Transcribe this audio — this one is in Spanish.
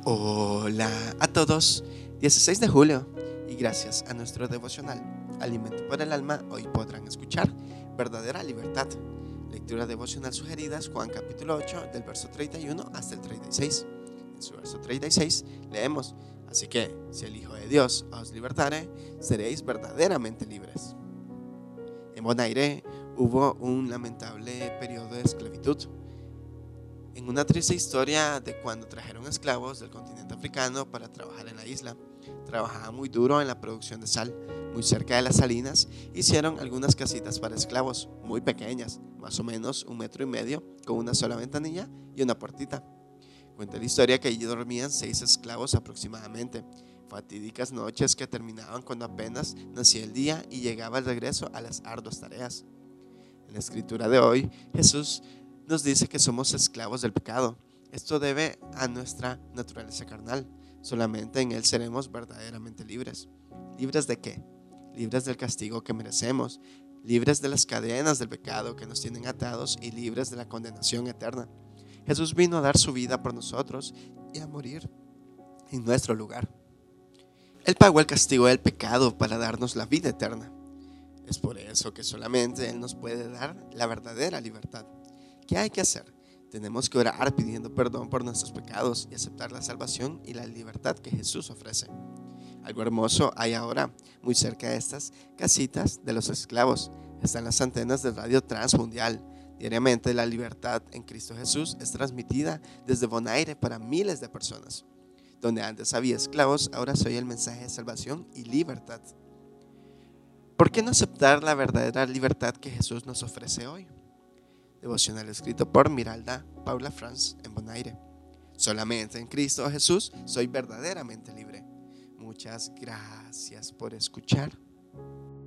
Hola a todos, 16 de julio y gracias a nuestro devocional Alimento para el Alma, hoy podrán escuchar Verdadera Libertad. Lectura devocional sugerida es Juan capítulo 8 del verso 31 hasta el 36. En su verso 36 leemos: así que si el Hijo de Dios os libertare, seréis verdaderamente libres. En Bonaire hubo un lamentable periodo de esclavitud. En una triste historia de cuando trajeron esclavos del continente africano para trabajar en la isla. Trabajaban muy duro en la producción de sal, muy cerca de las salinas. Hicieron algunas casitas para esclavos, muy pequeñas, más o menos 1,5 metros, con una sola ventanilla y una puertita. Cuenta la historia que allí dormían 6 esclavos aproximadamente. Fatídicas noches que terminaban cuando apenas nacía el día y llegaba el regreso a las arduas tareas. En la escritura de hoy, Jesús nos dice que somos esclavos del pecado. Esto debe a nuestra naturaleza carnal. Solamente en Él seremos verdaderamente libres. ¿Libres de qué? Libres del castigo que merecemos, libres de las cadenas del pecado que nos tienen atados y libres de la condenación eterna. Jesús vino a dar su vida por nosotros y a morir en nuestro lugar. Él pagó el castigo del pecado para darnos la vida eterna. Es por eso que solamente Él nos puede dar la verdadera libertad. ¿Qué hay que hacer? Tenemos que orar pidiendo perdón por nuestros pecados y aceptar la salvación y la libertad que Jesús ofrece. Algo hermoso hay ahora, muy cerca de estas casitas de los esclavos. Están las antenas de radio transmundial. Diariamente la libertad en Cristo Jesús es transmitida desde Bonaire para miles de personas. Donde antes había esclavos, ahora se oye el mensaje de salvación y libertad. ¿Por qué no aceptar la verdadera libertad que Jesús nos ofrece hoy? Devocional escrito por Miralda Paula Franz en Bonaire. Solamente en Cristo Jesús soy verdaderamente libre. Muchas gracias por escuchar.